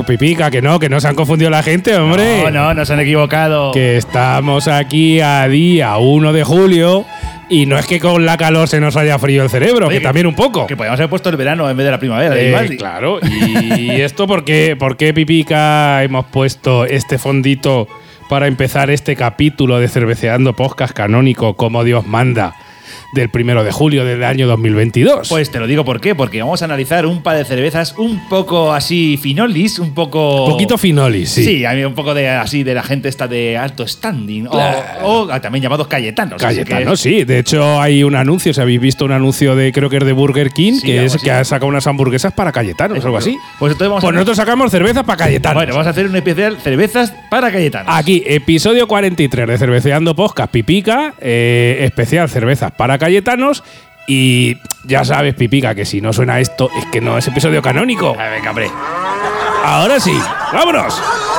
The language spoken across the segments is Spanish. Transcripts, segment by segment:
no, Pipica, que no se han confundido la gente, hombre. No se han equivocado. Que estamos aquí a día 1 de julio y no es que con la calor se nos haya frío el cerebro, Oye, que también un poco. Que podríamos haber puesto el verano en vez de la primavera. Claro, y esto ¿por qué, Pipica, hemos puesto este fondito para empezar este capítulo de Cerveceando Podcast canónico como Dios manda? Del 1 de julio del año 2022. Pues te lo digo por qué, porque vamos a analizar un par de cervezas un poco así finolis, un poco... Poquito finolis, sí. Sí, a mí un poco de así de la gente esta de alto standing, o también llamados cayetanos. Cayetanos, sí. De hecho hay un anuncio, si habéis visto un anuncio de, creo que es de Burger King, sí, que ha sacado unas hamburguesas para cayetanos o algo así. Pues entonces nosotros sacamos cervezas para cayetanos. Bueno, vamos a hacer un especial cervezas para cayetanos. Aquí, episodio 43 de Cerveceando Podcast Pipica, especial cervezas para cayetanos. Y ya sabes, Pipica, que si no suena esto es que no es episodio canónico. Venga, hombre. Ahora sí, ¡vámonos!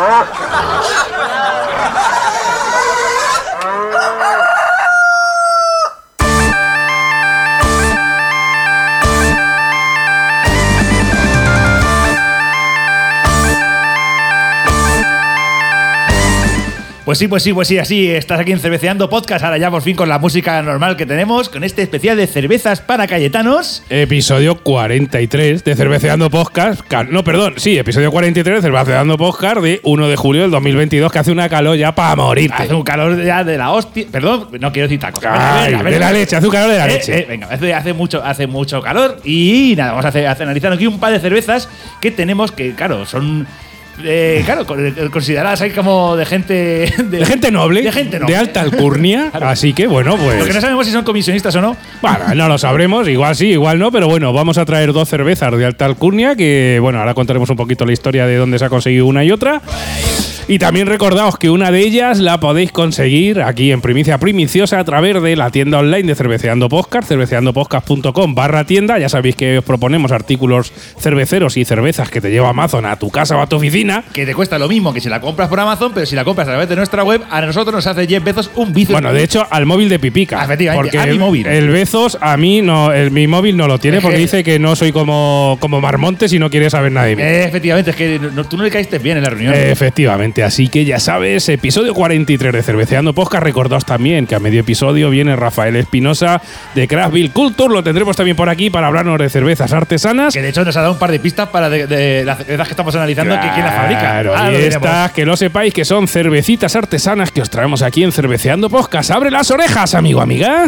Pues sí, así estás aquí en Cerveceando Podcast, ahora ya por fin con la música normal que tenemos, con este especial de cervezas para cayetanos. Episodio 43 de Cerveceando Podcast. Episodio 43 de Cerveceando Podcast de 1 de julio del 2022, que hace una calor ya para morirte. Hace un calor ya de la hostia. Perdón, no quiero decir tacos. De la leche, hace un calor de la leche. Venga, hace mucho calor y nada, vamos a analizar aquí un par de cervezas que tenemos que, claro, son... consideradas ahí como de gente noble, de alta alcurnia. Claro. Así que bueno, pues. Porque no sabemos si son comisionistas o no. Bueno, no lo sabremos, igual sí, igual no, pero bueno, vamos a traer 2 cervezas de alta alcurnia que, bueno, ahora contaremos un poquito la historia de dónde se ha conseguido una y otra. Y también recordaos que una de ellas la podéis conseguir aquí en primicia primiciosa a través de la tienda online de Cerveceando Podcast, cerveceandopodcast.com/tienda. Ya sabéis que os proponemos artículos cerveceros y cervezas que te lleva Amazon a tu casa o a tu oficina. Que te cuesta lo mismo que si la compras por Amazon, pero si la compras a través de nuestra web, a nosotros nos hace Jeff Bezos un Bezos. Bueno, de hecho, al móvil de Pipica. Efectivamente, porque a mi móvil. El Bezos a mí no, mi móvil no lo tiene porque dice que no soy como Marmontes y no quiere saber nada de mí. Efectivamente, es que tú no le caíste bien en la reunión. Efectivamente, así que ya sabes, episodio 43 de Cerveceando Podcast. Recordaos también que a medio episodio viene Rafael Espinosa de Craft Beer Culture. Lo tendremos también por aquí para hablarnos de cervezas artesanas. Que de hecho nos ha dado un par de pistas para de las cervezas que estamos analizando, que quién las fabrica. Claro, y estas, que lo sepáis, que son cervecitas artesanas que os traemos aquí en Cerveceando Podcast. ¡Abre las orejas, amigo, amiga!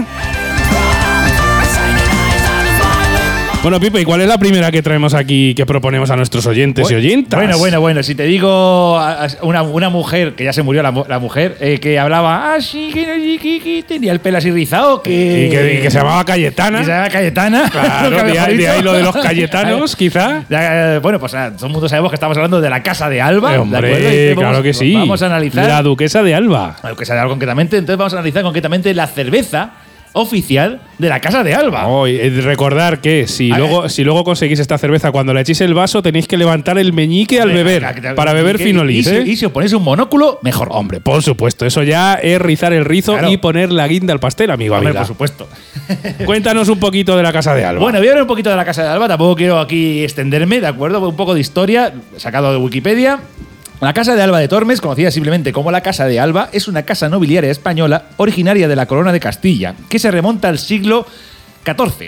Bueno, Pipe, ¿y cuál es la primera que traemos aquí que proponemos a nuestros oyentes y oyentas? Bueno, si te digo una mujer, que ya se murió la mujer, que hablaba así, que tenía el pelo así rizado, y que se llamaba Cayetana. Que se llamaba Cayetana. Claro, de ahí lo de los Cayetanos, quizá. Bueno, pues todo el mundo sabemos que estamos hablando de la Casa de Alba. Hombre, claro que sí. Vamos a analizar la Duquesa de Alba. La Duquesa de Alba concretamente. Entonces vamos a analizar concretamente la cerveza oficial de la Casa de Alba. Recordar que si luego conseguís esta cerveza, cuando le echéis el vaso tenéis que levantar el meñique al beber para beber finolis. Y si os ponéis un monóculo, mejor. Hombre, por supuesto, eso ya es rizar el rizo, claro, y poner la guinda al pastel, amigo. Hombre, por supuesto. Cuéntanos un poquito de la Casa de Alba. Bueno, voy a hablar un poquito de la Casa de Alba, tampoco quiero aquí extenderme, ¿de acuerdo? Un poco de historia, sacado de Wikipedia. La Casa de Alba de Tormes, conocida simplemente como la Casa de Alba, es una casa nobiliaria española originaria de la Corona de Castilla, que se remonta al siglo XIV.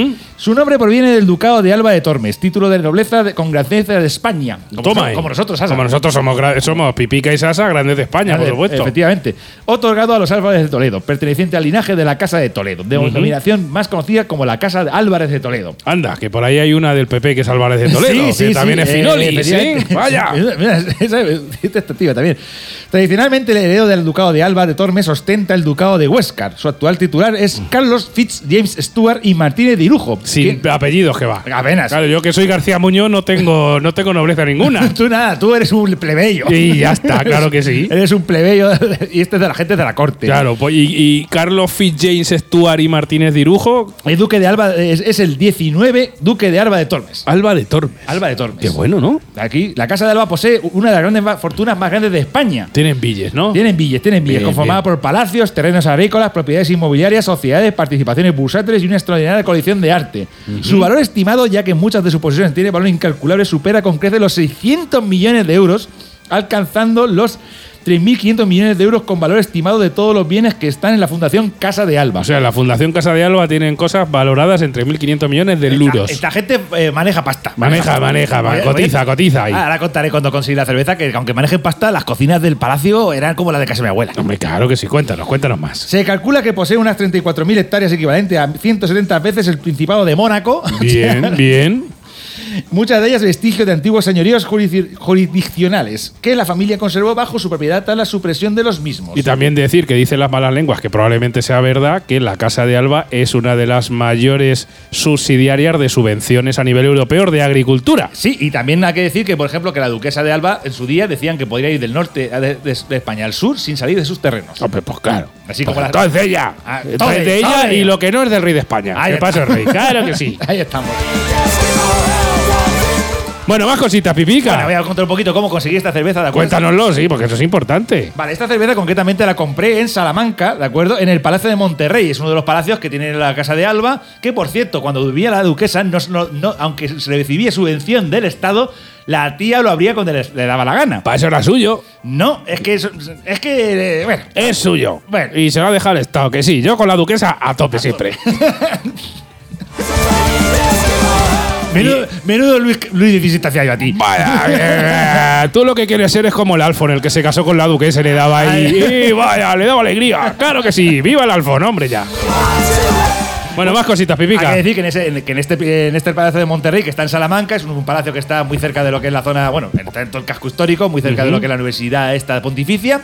Su nombre proviene del Ducado de Alba de Tormes, título de nobleza con grandeza de España. Como nosotros, Sasa. Como nosotros somos Pipica y Sasa, grandes de España, por supuesto. Efectivamente. Otorgado a los Álvarez de Toledo, perteneciente al linaje de la Casa de Toledo, de denominación más conocida como la Casa de Álvarez de Toledo. Anda, que por ahí hay una del PP que es Álvarez de Toledo, que también es finolis, ¿sí? Vaya. Mira, esta tío también. Tradicionalmente, el heredero del Ducado de Alba de Tormes ostenta el Ducado de Huéscar. Su actual titular es Carlos Fitzjames Stuart y Martínez de Irujo. Sin apellidos, que va. Apenas. Claro, yo que soy García Muñoz no tengo nobleza ninguna. Tú eres un plebeyo. Y ya está, claro que sí. Eres un plebeyo y este es de la gente de la corte. Claro, pues, y Carlos Fitzjames Stuart y Martínez de Irujo. El duque de Alba es el 19 duque de Alba de Tormes. Alba de Tormes. Alba de Tormes. Qué bueno, ¿no? Aquí, la Casa de Alba posee una de las grandes fortunas más grandes de España. Tienen villas, ¿no? Tienen villas, conformada por palacios, terrenos agrícolas, propiedades inmobiliarias, sociedades, participaciones bursátiles y una extraordinaria colección de arte. Su valor estimado, ya que en muchas de sus posesiones tiene valor incalculable, supera con creces los 600 millones de euros, alcanzando los 3.500 millones de euros con valor estimado de todos los bienes que están en la Fundación Casa de Alba. O sea, la Fundación Casa de Alba tienen cosas valoradas en 3.500 millones de euros. Esta gente maneja pasta. Maneja, cotiza ahí. Ahora contaré cuando conseguí la cerveza que, aunque manejen pasta, las cocinas del palacio eran como las de casa de mi abuela. Hombre, claro que sí, cuéntanos más. Se calcula que posee unas 34.000 hectáreas, equivalente a 170 veces el Principado de Mónaco. Bien. Muchas de ellas vestigios de antiguos señoríos jurisdiccionales que la familia conservó bajo su propiedad tras la supresión de los mismos. Y también decir que dicen las malas lenguas, que probablemente sea verdad, que la Casa de Alba es una de las mayores subsidiarias de subvenciones a nivel europeo de agricultura. Sí, y también hay que decir que, por ejemplo, que la duquesa de Alba en su día decían que podría ir del norte de España al sur sin salir de sus terrenos. Hombre, pues claro. Así como entonces ella. Entonces de ella y lo que no es del rey de España. ¿Qué pasa, rey? Claro que sí. Ahí estamos. Bueno, más cositas, Pipica. Bueno, voy a contar un poquito cómo conseguí esta cerveza, ¿de acuerdo? Cuéntanoslo, sí, porque eso es importante. Vale, esta cerveza concretamente la compré en Salamanca, ¿de acuerdo? En el Palacio de Monterrey. Es uno de los palacios que tiene la Casa de Alba, que, por cierto, cuando vivía la duquesa, aunque se recibía subvención del Estado, la tía lo abría cuando le daba la gana. Para eso era suyo. No, bueno. Es suyo. Bueno. Y se lo ha dejado el Estado, que sí. Yo con la duquesa a tope siempre. Menudo Luis XVI te hacía yo a ti. Vaya, tú lo que quieres ser es como el Alfon, el que se casó con la duquesa y le daba ahí. Y vaya, le daba alegría. Claro que sí. ¡Viva el Alfon, hombre, ya! Bueno, más cositas, Pipica. Hay que decir que en este Palacio de Monterrey, que está en Salamanca, es un palacio que está muy cerca de lo que es la zona, bueno, está en todo el casco histórico, muy cerca de lo que es la universidad esta pontificia.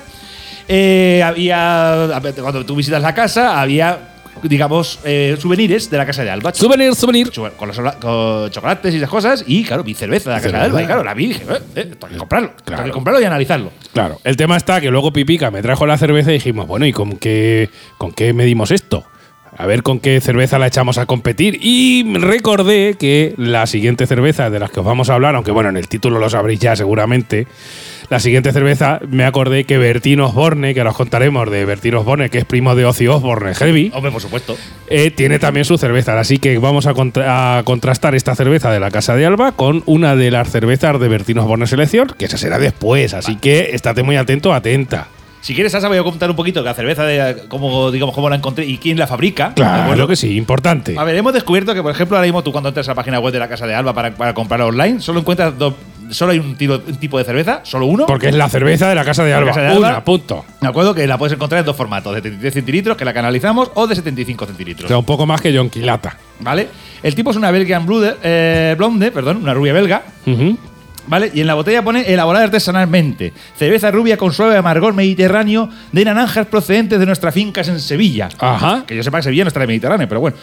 Cuando tú visitas la casa, había, digamos, souvenirs de la Casa de Alba. Souvenir. Con chocolates y esas cosas. Y, claro, vi cerveza de la Casa de Alba. Y, claro, la vi y dije, tengo que comprarlo. Claro. Tengo que comprarlo y analizarlo. Claro. El tema está que luego Pipica me trajo la cerveza y dijimos, bueno, ¿y con qué medimos esto? A ver con qué cerveza la echamos a competir. Y recordé que la siguiente cerveza de las que os vamos a hablar, aunque bueno, en el título lo sabréis ya seguramente, la siguiente cerveza me acordé que Bertín Osborne, que ahora os contaremos de Bertín Osborne, que es primo de Ozzy Osbourne Heavy. Hombre, por supuesto. Tiene también su cerveza. Así que vamos a contrastar esta cerveza de la Casa de Alba con una de las cervezas de Bertín Osborne Selección, que esa será después. Así que estate muy atento, atenta. Si quieres, Sasa, voy a contar un poquito la cerveza, cómo la encontré y quién la fabrica. Claro que sí, importante. A ver, hemos descubierto que, por ejemplo, ahora mismo tú cuando entras a la página web de la Casa de Alba para comprar online, solo encuentras solo hay un tipo de cerveza, solo uno. Porque es la cerveza de la Casa de Alba. Una, punto. Me acuerdo que la puedes encontrar en dos formatos, de 33 centilitros, que la canalizamos, o de 75 centilitros. O sea, un poco más que John Quilata. ¿Vale? El tipo es una Belgian Blonde, una rubia belga. ¿Vale? Y en la botella pone elaborada artesanalmente. Cerveza rubia con suave amargor mediterráneo de naranjas procedentes de nuestras fincas en Sevilla. Ajá. Que yo sepa que Sevilla no está en el Mediterráneo, pero bueno.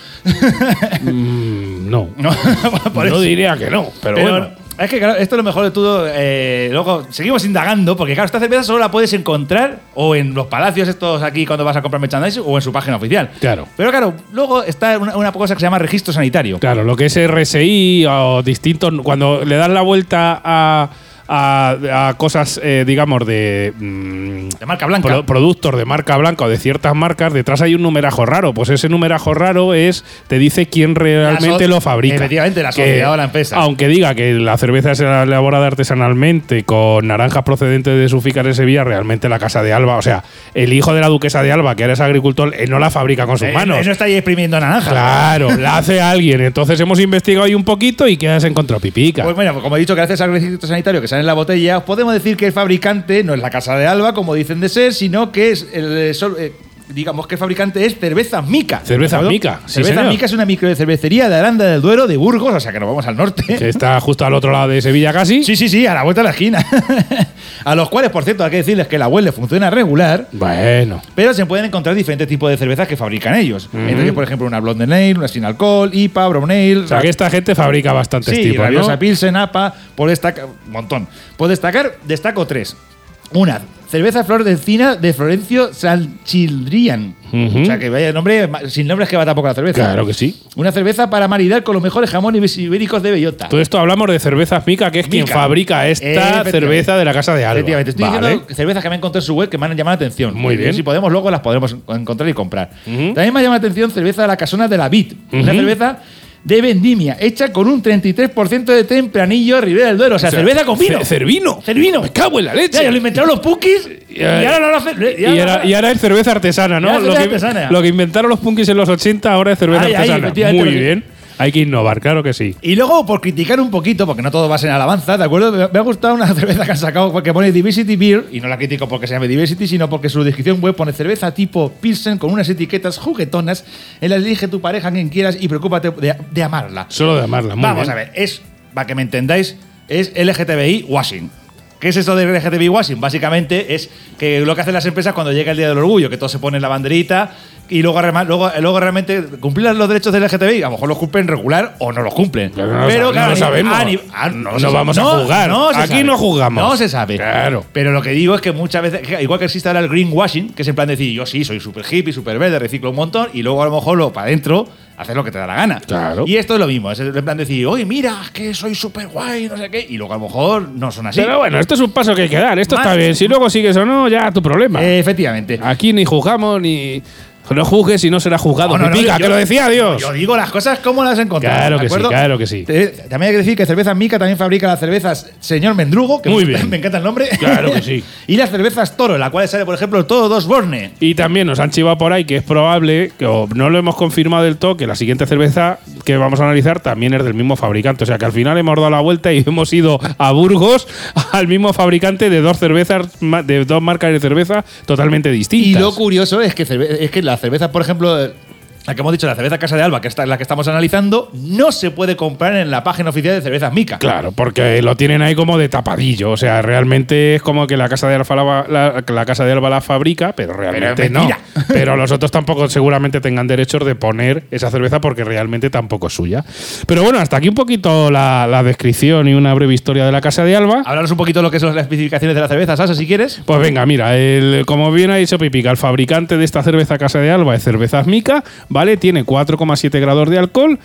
No. No diría que no, pero bueno. Es que, claro, esto es lo mejor de todo. Luego seguimos indagando, porque, claro, esta cerveza solo la puedes encontrar o en los palacios estos aquí cuando vas a comprar merchandising o en su página oficial. Claro. Pero, claro, luego está una cosa que se llama registro sanitario. Claro, lo que es RSI o distintos. Cuando le das la vuelta a cosas, digamos, de marca blanca. Productos de marca blanca o de ciertas marcas, detrás hay un numerajo raro. Pues ese numerajo raro te dice quién realmente lo fabrica. Efectivamente, la sociedad o la empresa. Aunque diga que la cerveza es elaborada artesanalmente con naranjas procedentes de sus fincas de Sevilla, realmente la Casa de Alba, o sea, el hijo de la duquesa de Alba, que ahora es agricultor, él no la fabrica con sus manos. Él no está ahí exprimiendo naranjas. Claro, la hace alguien. Entonces hemos investigado ahí un poquito y ¿qué has encontrado, Pipica? Pues bueno, como he dicho, gracias al registro sanitario que sale en la botella, os podemos decir que el fabricante no es la Casa de Alba, como dicen de ser, sino que es digamos que el fabricante es Cervezas Mica. Cervezas Mica, sí, Cervezas señor. Mica es una microcervecería de Aranda del Duero, de Burgos, o sea que nos vamos al norte. Que está justo al otro lado de Sevilla casi. Sí, a la vuelta de la esquina. A los cuales, por cierto, hay que decirles que la web les funciona regular. Bueno. Pero se pueden encontrar diferentes tipos de cervezas que fabrican ellos. Entre ellos, por ejemplo, una Blonde Ale, una sin alcohol, IPA, Brown Ale. O sea, que esta gente fabrica bastantes tipos, Rabiosa ¿no? Pilsen, APA, un montón. Por destaco tres. Una, cerveza Flor de Encina de Florencio Sanchildrian. O sea, que vaya nombre, sin nombres que va tampoco la cerveza. Claro que sí. Una cerveza para maridar con los mejores jamones ibéricos de bellota. Todo esto hablamos de cervezas Mica, que es quien fabrica esta cerveza de la casa de Alba. Efectivamente. Estoy diciendo cervezas que me han encontrado en su web que me han llamado la atención. Muy bien. Si podemos, luego las podremos encontrar y comprar. También me ha llamado la atención cerveza de la Casona de la Vid. Una cerveza de vendimia, hecha con un 33% de tempranillo Ribera del Duero. O sea, cerveza con vino. Cervino. Cervino. Me cago en la leche. Ya lo inventaron los punkis y ahora lo hacen. Y ahora es cerveza artesana, ¿no? Lo que inventaron los punkis en los 80 ahora es cerveza artesana. Muy bien. Hay que innovar, claro que sí. Y luego, por criticar un poquito, porque no todo va a ser en alabanza, ¿de acuerdo? Me ha gustado una cerveza que han sacado que pone Diversity Beer, y no la critico porque se llame Diversity, sino porque su descripción web pone cerveza tipo Pilsen con unas etiquetas juguetonas en las elige tu pareja quien quieras y preocúpate de amarla. Solo de amarla, muy Vamos bien. a ver, para que me entendáis, es LGTBI washing. ¿Qué es eso de LGTBI washing? Básicamente es que lo que hacen las empresas cuando llega el Día del Orgullo, que todos se ponen la banderita y luego realmente cumplir los derechos del LGTBI, a lo mejor los cumplen regular o no los cumplen. Pero claro, no lo sabemos. No vamos a juzgar. Aquí no juzgamos. No se sabe. Claro. Pero lo que digo es que muchas veces, igual que existe ahora el greenwashing, que es en plan decir, yo sí, soy súper hippie, súper verde, reciclo un montón, y luego a lo mejor lo para adentro hacer lo que te da la gana. Claro. Y esto es lo mismo, es en plan decir, oye, mira, que soy súper guay, no sé qué, y luego a lo mejor no son así. Pero bueno, esto es un paso que hay que dar. Esto está bien. Si luego sigues o no, ya tu problema. Efectivamente. Aquí ni juzgamos ni. No juzgues y no será juzgado. Pipica, que lo decía Dios. Yo digo las cosas como las he encontrado. Claro que sí, claro que sí. También hay que decir que Cervezas Mica también fabrica las cervezas Señor Mendrugo, que muy bien. Me encanta el nombre. Claro que sí. Y las cervezas Toro, en la cual sale, por ejemplo, el Toro 2 Borne. Y también nos han chivado por ahí que es probable, que o no lo hemos confirmado del todo, que la siguiente cerveza que vamos a analizar también es del mismo fabricante. O sea que al final hemos dado la vuelta y hemos ido a Burgos al mismo fabricante de dos marcas de cerveza totalmente distintas. Y lo curioso es que la cerveza, por ejemplo, la que hemos dicho, la cerveza Casa de Alba, que es la que estamos analizando, no se puede comprar en la página oficial de Cervezas Mica. Claro, porque lo tienen ahí como de tapadillo. O sea, realmente es como que la Casa de Alba la fabrica, pero realmente no. Pero los otros tampoco seguramente tengan derechos de poner esa cerveza porque realmente tampoco es suya. Pero bueno, hasta aquí un poquito la descripción y una breve historia de la Casa de Alba. Háblanos un poquito de lo que son las especificaciones de la cerveza, Sasa, si quieres. Pues venga, mira, como bien ha dicho Pipica, el fabricante de esta cerveza Casa de Alba es Cervezas Mica, ¿vale? Tiene 4,7 grados de alcohol.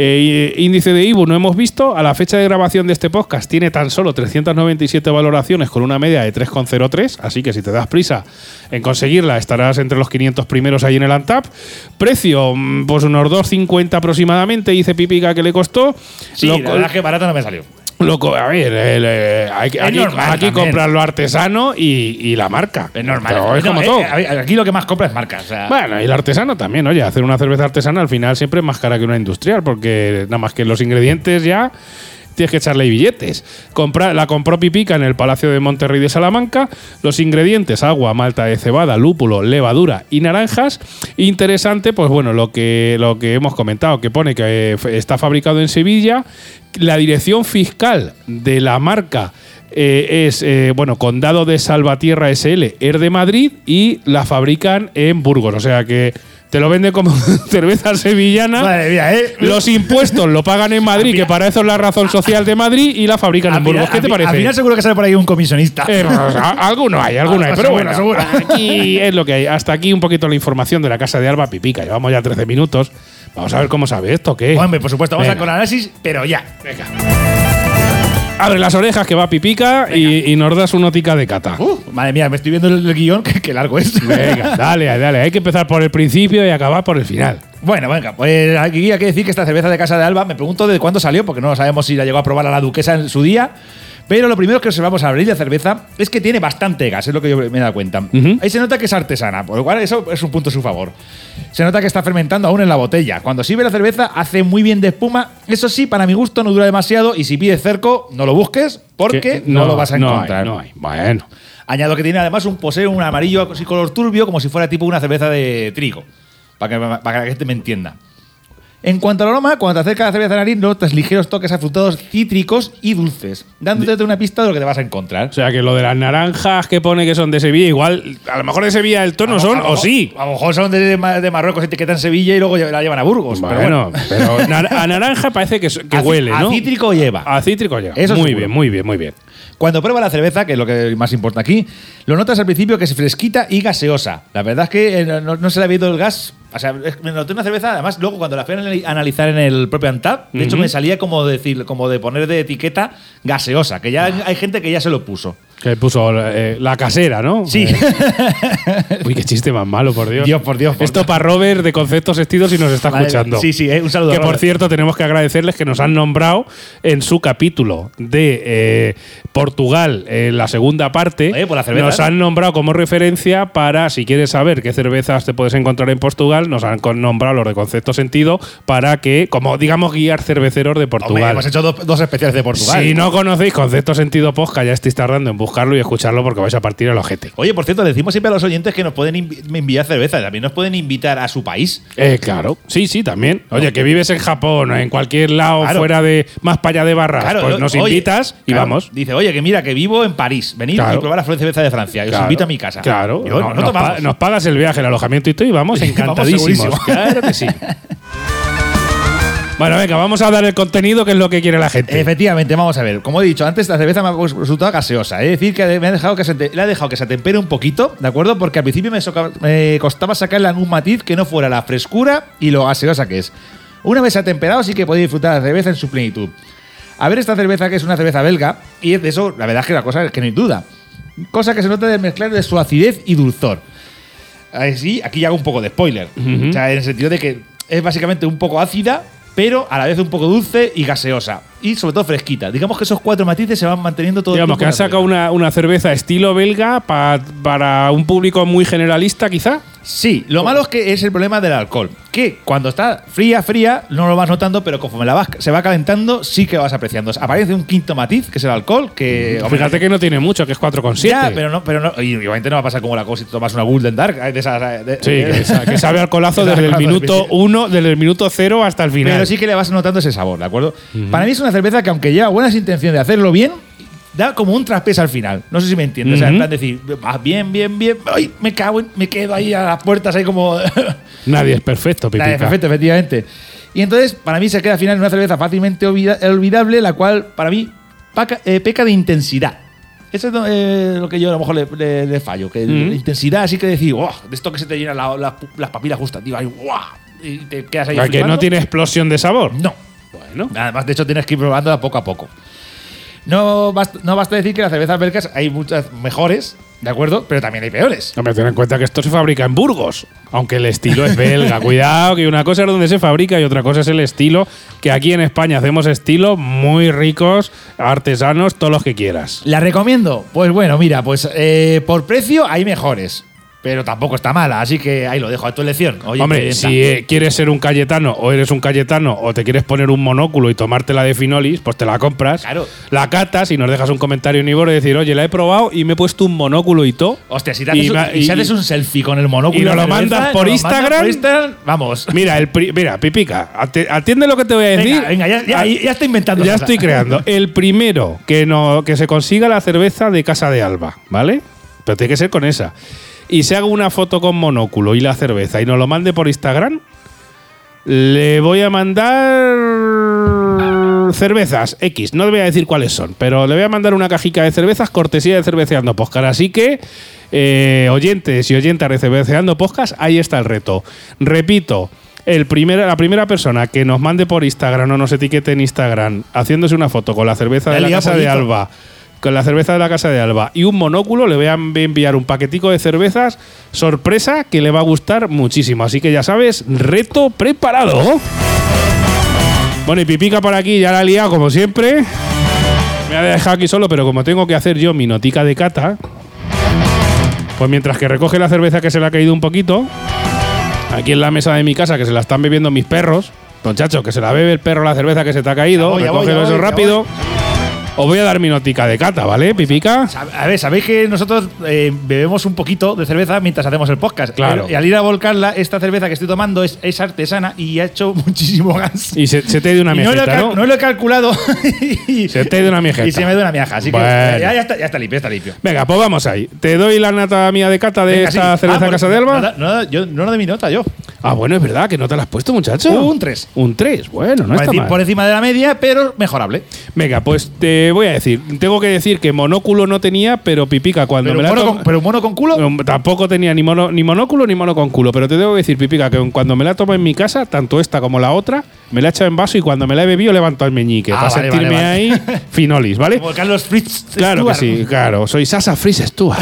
Índice de IBU no hemos visto. A la fecha de grabación de este podcast tiene tan solo 397 valoraciones con una media de 3,03. Así que si te das prisa en conseguirla, estarás entre los 500 primeros ahí en el Antap. Precio, pues unos 2,50 aproximadamente, dice Pipica que le costó. Sí, la verdad es que barato no me salió. A ver, aquí comprar lo artesano y la marca. Es normal. Pero es como todo. Aquí lo que más compra es marca. O sea. Bueno, y el artesano también, oye, hacer una cerveza artesana al final siempre es más cara que una industrial, porque nada más que los ingredientes ya tienes que echarle billetes. La compró Pipica en el Palacio de Monterrey de Salamanca. Los ingredientes: agua, malta de cebada, lúpulo, levadura y naranjas. Interesante, pues bueno, lo que hemos comentado, que pone que está fabricado en Sevilla. La dirección fiscal de la marca es Condado de Salvatierra SL, es de Madrid, y la fabrican en Burgos. O sea que te lo venden como cerveza sevillana. Madre mía, Los impuestos lo pagan en Madrid, que para eso es la razón social de Madrid, y la fabrican en Burgos. ¿Qué te parece? Al final seguro que sale por ahí un comisionista. Alguno hay. Pero bueno, seguro. Aquí es lo que hay. Hasta aquí un poquito la información de la Casa de Alba Pipica. Llevamos ya 13 minutos. Vamos a ver cómo sabe esto, ¿qué? Hombre, por supuesto, vamos a con análisis, pero ya. Venga. Abre las orejas que va Pipica y nos das una notica de cata. Madre mía, me estoy viendo el guión, que largo es. Venga, dale. Hay que empezar por el principio y acabar por el final. Bueno, venga, pues aquí hay que decir que esta cerveza de Casa de Alba, me pregunto de cuándo salió, porque no sabemos si la llegó a probar a la duquesa en su día. Pero lo primero que observamos al abrir la cerveza es que tiene bastante gas, es lo que yo me he dado cuenta. Ahí se nota que es artesana, por lo cual eso es un punto a su favor. Se nota que está fermentando aún en la botella. Cuando sirve la cerveza hace muy bien de espuma. Eso sí, para mi gusto no dura demasiado, y si pides cerco, no lo busques porque no lo vas a encontrar. No hay. Bueno. Añado que tiene además un poseo, un amarillo así color turbio, como si fuera tipo una cerveza de trigo, para que la gente me entienda. En cuanto al aroma, cuando te acerca la cerveza a la nariz, notas ligeros toques afrutados, cítricos y dulces, dándote una pista de lo que te vas a encontrar. O sea, que lo de las naranjas que pone que son de Sevilla, igual, a lo mejor de Sevilla el tono son, o sí. A lo mejor son de Marruecos, etiquetan en Sevilla y luego la llevan a Burgos. Bueno, pero a naranja parece que huele, ¿no? A cítrico lleva. A cítrico lleva. Eso muy seguro. bien, muy bien, muy bien. Cuando pruebas la cerveza, que es lo que más importa aquí, lo notas al principio que es fresquita y gaseosa. La verdad es que no se le ha visto el gas. O sea, me noté una cerveza, además, luego cuando la fui a analizar en el propio Antap, de hecho me salía como de poner de etiqueta gaseosa, que ya hay gente que ya se lo puso. Que puso la casera, ¿no? Sí. Uy, qué chiste más malo, por Dios. Por Dios. Esto para Robert de Conceptos Estilos si nos está escuchando. Sí, un saludo. Que por Robert. cierto tenemos que agradecerles que nos han nombrado en su capítulo de Portugal, en la segunda parte. Por la cerveza, nos han nombrado como referencia para, si quieres saber qué cervezas te puedes encontrar en Portugal, nos han nombrado los de Concepto Sentido para que, como digamos, guiar cerveceros de Portugal. Hombre, hemos hecho dos especiales de Portugal. Si no conocéis Concepto Sentido Podcast, ya estáis tardando en buscarlo y escucharlo porque vais a partir el ojete. Oye, por cierto, le decimos siempre a los oyentes que nos pueden enviar cerveza, también nos pueden invitar a su país. Claro, sí, también. Oye, que vives en Japón o en cualquier lado fuera de más para allá de Barras, pues nos invitas y vamos. Dice, oye, que mira, que vivo en París, venid y probar la cerveza de Francia, y os invito a mi casa. Claro, y bueno, nos pagas el viaje, el alojamiento y todo y vamos encantadísimos. Vamos claro que sí. Bueno, venga, vamos a dar el contenido que es lo que quiere la gente. Efectivamente, vamos a ver. Como he dicho antes, la cerveza me ha resultado gaseosa. Es decir, que le he dejado que se atempere un poquito, ¿de acuerdo? Porque al principio me costaba sacarle algún matiz que no fuera la frescura y lo gaseosa que es. Una vez atemperado, sí que podéis disfrutar la cerveza en su plenitud. A ver esta cerveza, que es una cerveza belga, y de eso, la verdad es que la cosa es que no hay duda. Cosa que se nota del mezclar de su acidez y dulzor. Sí, aquí ya hago un poco de spoiler. O sea, en el sentido de que es básicamente un poco ácida, pero a la vez un poco dulce y gaseosa. Y sobre todo fresquita. Digamos que esos cuatro matices se van manteniendo todo el tiempo. Digamos que han sacado una cerveza estilo belga para un público muy generalista, quizá. Sí, lo malo es que es el problema del alcohol. Que cuando está fría, no lo vas notando, pero conforme se va calentando, sí que vas apreciando. Aparece un quinto matiz, que es el alcohol, que… Fíjate que no tiene mucho, que es 4,7. Ya, pero no. Y igualmente no va a pasar como la cosa si tomas una Golden Dark. Que sabe alcoholazo desde el minuto 1, desde el minuto 0 hasta el final. Pero sí que le vas notando ese sabor, ¿de acuerdo? Para mí es una cerveza que, aunque lleva buenas intenciones de hacerlo bien, da como un traspés al final. No sé si me entiendes. O sea, en plan decir, bien. Ay, me quedo ahí a las puertas, ahí como… Nadie es perfecto, Pipica. Nadie es perfecto, efectivamente. Y entonces, para mí se queda al final una cerveza fácilmente olvidable, la cual, para mí, peca de intensidad. Eso es lo que yo a lo mejor le fallo. Que la intensidad, así que decir, oh, de esto que se te llenan las papilas gustativas, y te quedas ahí. Que no tiene explosión de sabor. No. Bueno. Además, de hecho, tienes que ir probándola poco a poco. No basta decir que las cervezas belgas hay muchas mejores, ¿de acuerdo? Pero también hay peores. Hombre, ten en cuenta que esto se fabrica en Burgos, aunque el estilo es belga. Cuidado, que una cosa es donde se fabrica y otra cosa es el estilo, que aquí en España hacemos estilos muy ricos, artesanos, todos los que quieras. ¿La recomiendo? Pues bueno, mira, pues por precio hay mejores. Pero tampoco está mala, así que ahí lo dejo a tu elección. Oye, hombre, si quieres ser un cayetano o eres un cayetano o te quieres poner un monóculo y tomártela de Finolis, pues te la compras, claro, la catas y nos dejas un comentario en Ibor y decir, oye, la he probado y me he puesto un monóculo y todo. Hostia, si haces un selfie con el monóculo y nos lo mandas por Instagram, vamos. Mira, Pipica, atiende lo que te voy a decir. Venga, ya estoy inventando. Ya estoy creando. El primero que se consiga la cerveza de Casa de Alba, ¿vale? Pero tiene que ser con esa. Y se haga una foto con monóculo y la cerveza y nos lo mande por Instagram, le voy a mandar cervezas X. No le voy a decir cuáles son, pero le voy a mandar una cajica de cervezas cortesía de Cerveceando Podcast. Así que, oyentes y oyentas de Cerveceando Podcast, ahí está el reto. Repito, la primera persona que nos mande por Instagram o nos etiquete en Instagram haciéndose una foto con la cerveza de la Casa de Alba, con la cerveza de la Casa de Alba y un monóculo, le voy a enviar un paquetico de cervezas sorpresa que le va a gustar muchísimo. Así que ya sabes, reto preparado. Bueno, y Pipica por aquí ya la ha liado como siempre. Me ha dejado aquí solo, pero como tengo que hacer yo mi notica de cata, pues mientras que recoge la cerveza que se le ha caído un poquito, aquí en la mesa de mi casa, que se la están bebiendo mis perros, muchachos, que se la bebe el perro la cerveza que se te ha caído, recógelo eso rápido. Os voy a dar mi notica de cata, ¿vale, Pipica? A ver, sabéis que nosotros bebemos un poquito de cerveza mientras hacemos el podcast. Claro. Y al ir a volcarla, esta cerveza que estoy tomando es artesana y ha hecho muchísimo gas. Y se te dio una Y miejeta, ¿no? no lo he calculado. Se te dio una miejeta. Y se me dio una miaja. Así Bueno. que ya está limpio, está limpio. Venga, pues vamos ahí. Te doy la nota mía de cata de Venga, esta sí. cerveza Casa de Alba. No de mi nota, yo. Ah, bueno, es verdad que no te la has puesto, muchacho. Un 3. Un 3, bueno, no está mal. Por encima de la media, pero mejorable. Venga, pues te voy a decir. Tengo que decir que monóculo no tenía, pero Pipica cuando Pero me la pero un mono con culo. tampoco tenía ni monóculo ni mono con culo. Pero te tengo que decir, Pipica, que cuando me la tomo en mi casa, tanto esta como la otra, me la he echado en vaso y cuando me la he bebido levanto el meñique. Ah, para vale, sentirme vale. ahí finolis, ¿vale? Como Carlos Fritz. Claro que Stewart. sí, claro. Soy Sasa Fries Stuart.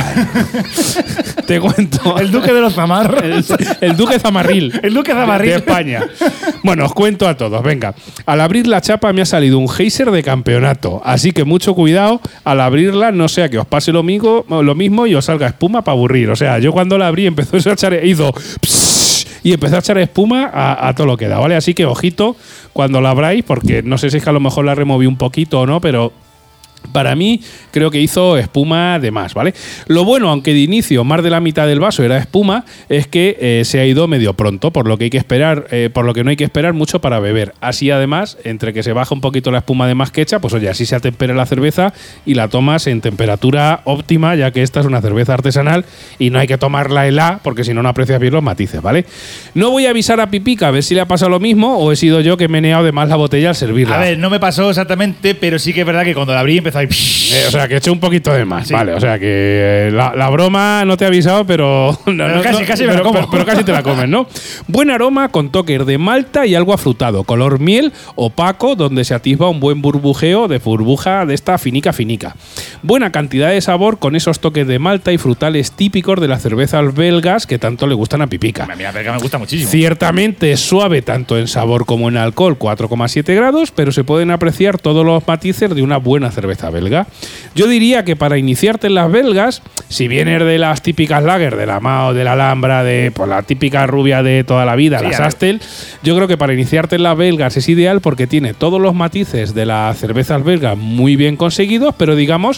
Te cuento. El duque de los Zamar. El Duque Zamarril. El Duque Zamarril. De España. Bueno, os cuento a todos. Venga, al abrir la chapa me ha salido un geyser de campeonato. Así que mucho cuidado al abrirla, no sea que os pase lo mismo y os salga espuma para aburrir. O sea, yo cuando la abrí empezó a echar, hizo y empezó a echar espuma a todo lo que da, ¿vale? Así que ojito cuando la abráis, porque no sé si es que a lo mejor la removí un poquito o no, pero para mí creo que hizo espuma de más, ¿vale? Lo bueno, aunque de inicio más de la mitad del vaso era espuma, es que se ha ido medio pronto, por lo que hay que esperar, por lo que no hay que esperar mucho para beber. Así además, entre que se baja un poquito la espuma de más que echa, pues oye, así se atempera la cerveza y la tomas en temperatura óptima, ya que esta es una cerveza artesanal y no hay que tomarla helada, porque si no, no aprecias bien los matices, ¿vale? No voy a avisar a Pipica a ver si le ha pasado lo mismo o he sido yo que me he meneado de más la botella al servirla. A ver, no me pasó exactamente, pero sí que es verdad que cuando la abrí empezó a ir. O sea, que eché un poquito de más, Sí. vale. O sea, que la broma no te he avisado, pero… Casi me la como. Pero casi te la comes, ¿no? Buen aroma con toques de malta y algo afrutado. Color miel opaco, donde se atisba un buen burbujeo de burbuja de esta finica. Buena cantidad de sabor con esos toques de malta y frutales típicos de las cervezas belgas que tanto le gustan a Pipica. Mira, pero que me gusta muchísimo. Ciertamente es suave tanto en sabor como en alcohol, 4,7 grados, pero se pueden apreciar todos los matices de una buena cerveza belga. Yo diría que para iniciarte en las belgas, si vienes de las típicas lager, de la Mao, de la Alhambra, de pues, la típica rubia de toda la vida, Sí, las a ver. Astel, yo creo que para iniciarte en las belgas es ideal porque tiene todos los matices de las cervezas belgas muy bien conseguidos, pero digamos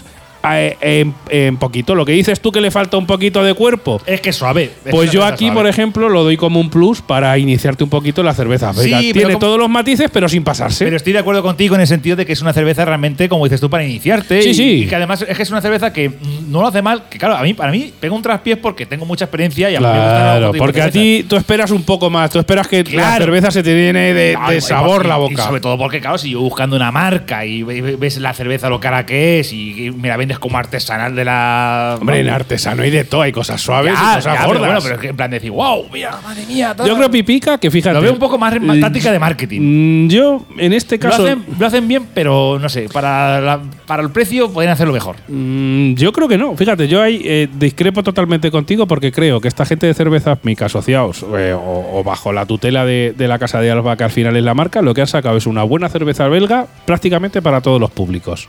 en poquito. Lo que dices tú que le falta un poquito de cuerpo. Es que es suave. Pues yo aquí, por ejemplo, lo doy como un plus para iniciarte un poquito en la cerveza belga. Sí, pero Tiene como- todos los matices, pero sin pasarse. Pero estoy de acuerdo contigo en el sentido de que es una cerveza realmente, como dices tú, para iniciarte. Sí, sí. Y que además es que es una cerveza que no lo hace mal. Que claro, para mí pega un traspiés porque tengo mucha experiencia y a mí me gustan Claro, otro tipo de porque a cervezas. ti tú esperas un poco más. Tú esperas que la Claro. cerveza se te llene de Ay, sabor y- la Y boca. sobre todo porque, claro, si yo buscando una marca y ves la cerveza lo cara que es y me la vendes como artesanal de la. Hombre, en artesano hay de todo. Hay cosas suaves y Ya, cosas pero gordas. bueno, pero es que en plan de decir, wow, mira, madre mía. tal. Yo creo, Pipica, que fíjate… Lo veo un poco más táctica de marketing. Yo, en este caso… Lo hacen bien, pero no sé, para el precio podrían hacerlo mejor. Yo creo que no. Fíjate, yo ahí discrepo totalmente contigo porque creo que esta gente de cervezas mica asociados o bajo la tutela de la Casa de Alba, que al final es la marca, lo que han sacado es una buena cerveza belga prácticamente para todos los públicos.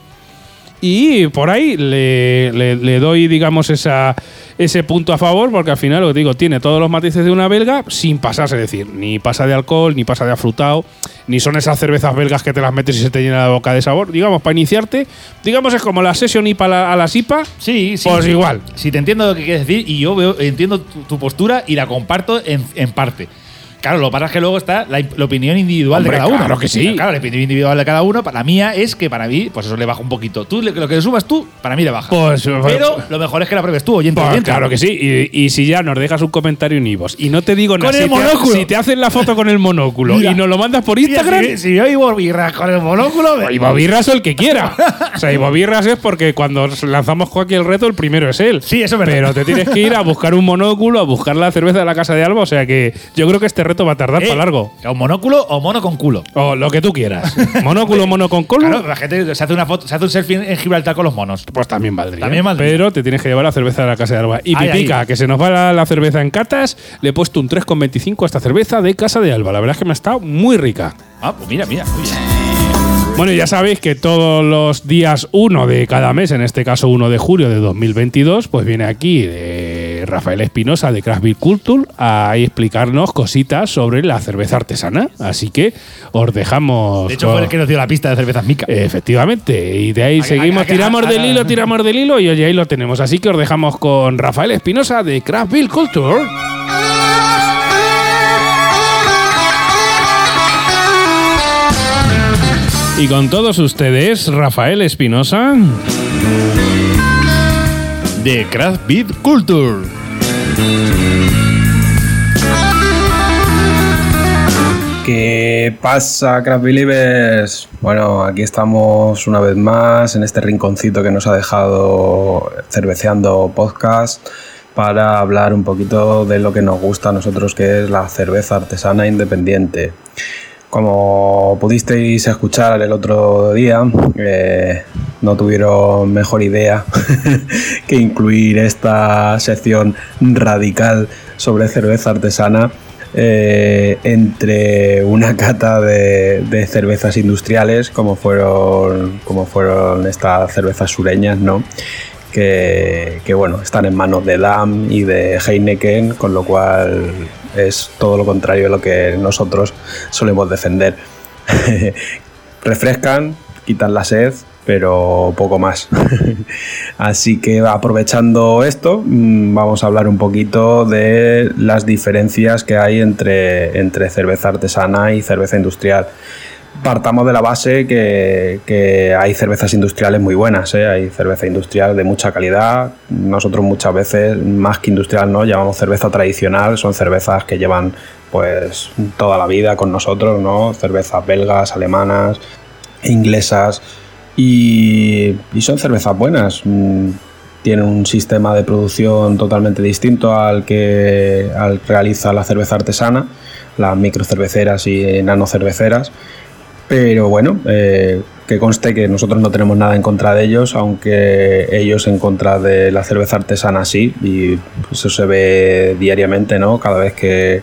Y por ahí le doy, digamos, ese punto a favor, porque al final, lo que digo, tiene todos los matices de una belga sin pasarse. Es decir, ni pasa de alcohol, ni pasa de afrutado, ni son esas cervezas belgas que te las metes y se te llena la boca de sabor. Digamos, para iniciarte, digamos, es como la Session IPA a la SIPA. Sí, sí. Pues igual. Sí, te entiendo lo que quieres decir y yo entiendo tu postura y la comparto en parte. Claro, lo que pasa es que luego está la opinión individual Hombre, de cada uno. claro que sí. Claro, la opinión individual de cada uno. La mía es que para mí, pues eso le baja un poquito. Tú, lo que le subas tú, para mí le baja. Pues, pero lo mejor es que la pruebes tú, oyente. Pues oyente. claro que sí. Y si ya nos dejas un comentario en iVoox y no te digo nada, Con el monóculo. si te hacen la foto con el monóculo Mira. y nos lo mandas por Mira, Instagram… si yo Ivo Birras con el monóculo. Ivo Birras o el que quiera. O sea, Ivo Birras es porque cuando lanzamos cualquier reto, el primero es él. Sí, eso es verdad. Pero te tienes que ir a buscar un monóculo, a buscar la cerveza de la Casa de Alba. O sea que yo creo que este reto va a tardar para largo. ¿Un monóculo o mono con culo? O lo que tú quieras. Monóculo, mono con colo. Claro, la gente se hace una foto, se hace un selfie en Gibraltar con los monos. Pues también valdría. También valdría. Pero te tienes que llevar la cerveza de la Casa de Alba. Y Ahí, Pipica, ahí. que se nos va la cerveza en catas, le he puesto un 3,25 a esta cerveza de Casa de Alba. La verdad es que me ha estado muy rica. Ah, pues mira, muy bien. Bueno, ya sabéis que todos los días 1 de cada mes, en este caso 1 de julio de 2022, pues viene aquí Rafael Espinosa de Craft Beer Culture a explicarnos cositas sobre la cerveza artesana. Así que os dejamos. De hecho, fue el que nos dio la pista de cervezas Mica. Efectivamente. Y de ahí seguimos, tiramos del hilo y oye, ahí lo tenemos. Así que os dejamos con Rafael Espinosa de Craft Beer Culture. Y con todos ustedes, Rafael Espinosa de Craft Beer Culture. ¿Qué pasa, Craft Believers? Bueno, aquí estamos una vez más en este rinconcito que nos ha dejado Cerveceando Podcast para hablar un poquito de lo que nos gusta a nosotros, que es la cerveza artesana independiente. Como pudisteis escuchar el otro día, no tuvieron mejor idea que incluir esta sección radical sobre cerveza artesana entre una cata de cervezas industriales como fueron estas cervezas sureñas, ¿no? Que bueno, están en manos de Damm y de Heineken, con lo cual es todo lo contrario a lo que nosotros solemos defender. Refrescan, quitan la sed, pero poco más. Así que aprovechando esto, vamos a hablar un poquito de las diferencias que hay entre cerveza artesana y cerveza industrial. Partamos de la base que hay cervezas industriales muy buenas, hay cerveza industrial de mucha calidad. Nosotros muchas veces, más que industrial, ¿no?, llamamos cerveza tradicional. Son cervezas que llevan pues toda la vida con nosotros, ¿no? Cervezas belgas, alemanas, inglesas, y son cervezas buenas. Tienen un sistema de producción totalmente distinto al que realiza la cerveza artesana, las microcerveceras y nanocerveceras. Pero bueno, que conste que nosotros no tenemos nada en contra de ellos, aunque ellos en contra de la cerveza artesana sí, y eso se ve diariamente, ¿no? Cada vez que